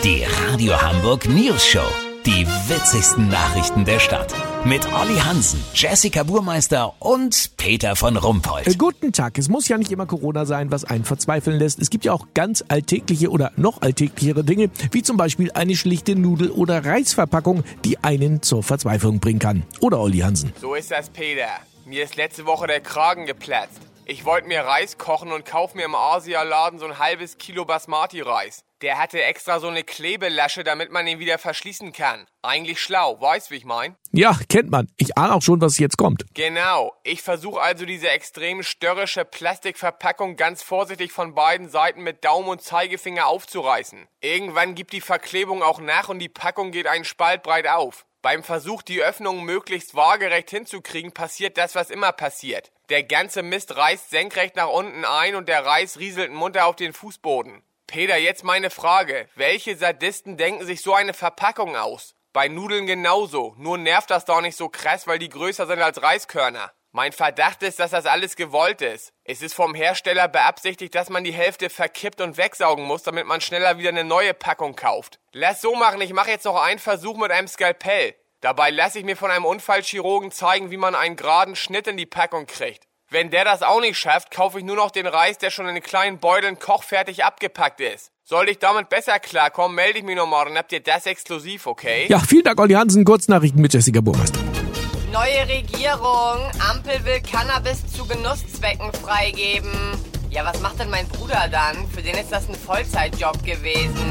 Die Radio Hamburg News Show. Die witzigsten Nachrichten der Stadt. Mit Olli Hansen, Jessica Burmeister und Peter von Rumpold. Guten Tag. Es muss ja nicht immer Corona sein, was einen verzweifeln lässt. Es gibt ja auch ganz alltägliche oder noch alltäglichere Dinge, wie zum Beispiel eine schlichte Nudel- oder Reisverpackung, die einen zur Verzweiflung bringen kann. Oder Olli Hansen? So ist das, Peter. Mir ist letzte Woche der Kragen geplatzt. Ich wollte mir Reis kochen und kauf mir im Asialaden so ein halbes Kilo Basmati-Reis. Der hatte extra so eine Klebelasche, damit man ihn wieder verschließen kann. Eigentlich schlau, weißt wie ich mein? Ja, kennt man. Ich ahne auch schon, was jetzt kommt. Genau. Ich versuche also diese extrem störrische Plastikverpackung ganz vorsichtig von beiden Seiten mit Daumen und Zeigefinger aufzureißen. Irgendwann gibt die Verklebung auch nach und die Packung geht einen Spalt breit auf. Beim Versuch, die Öffnung möglichst waagerecht hinzukriegen, passiert das, was immer passiert. Der ganze Mist reißt senkrecht nach unten ein und der Reis rieselt munter auf den Fußboden. Peter, jetzt meine Frage. Welche Sadisten denken sich so eine Verpackung aus? Bei Nudeln genauso, nur nervt das doch nicht so krass, weil die größer sind als Reiskörner. Mein Verdacht ist, dass das alles gewollt ist. Es ist vom Hersteller beabsichtigt, dass man die Hälfte verkippt und wegsaugen muss, damit man schneller wieder eine neue Packung kauft. Lass so machen, ich mache jetzt noch einen Versuch mit einem Skalpell. Dabei lasse ich mir von einem Unfallchirurgen zeigen, wie man einen geraden Schnitt in die Packung kriegt. Wenn der das auch nicht schafft, kaufe ich nur noch den Reis, der schon in kleinen Beuteln kochfertig abgepackt ist. Sollte ich damit besser klarkommen, melde ich mich nochmal, dann habt ihr das exklusiv, okay? Ja, vielen Dank, Olli Hansen. Kurznachrichten mit Jessica Burmeister. Neue Regierung. Ampel will Cannabis zu Genusszwecken freigeben. Ja, was macht denn mein Bruder dann? Für den ist das ein Vollzeitjob gewesen.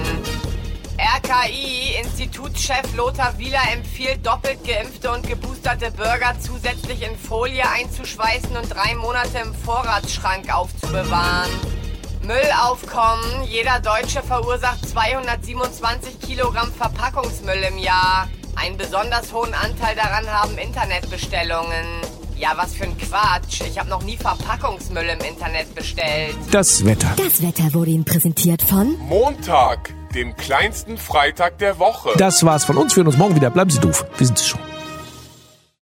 RKI, Institutschef Lothar Wieler empfiehlt, doppelt geimpfte und geboosterte Bürger zusätzlich in Folie einzuschweißen und 3 Monate im Vorratsschrank aufzubewahren. Müllaufkommen. Jeder Deutsche verursacht 227 Kilogramm Verpackungsmüll im Jahr. Einen besonders hohen Anteil daran haben Internetbestellungen. Ja, was für ein Quatsch. Ich habe noch nie Verpackungsmüll im Internet bestellt. Das Wetter. Das Wetter wurde Ihnen präsentiert von Montag, dem kleinsten Freitag der Woche. Das war's von uns. Wir hören uns morgen wieder. Bleiben Sie doof. Wir sind es schon.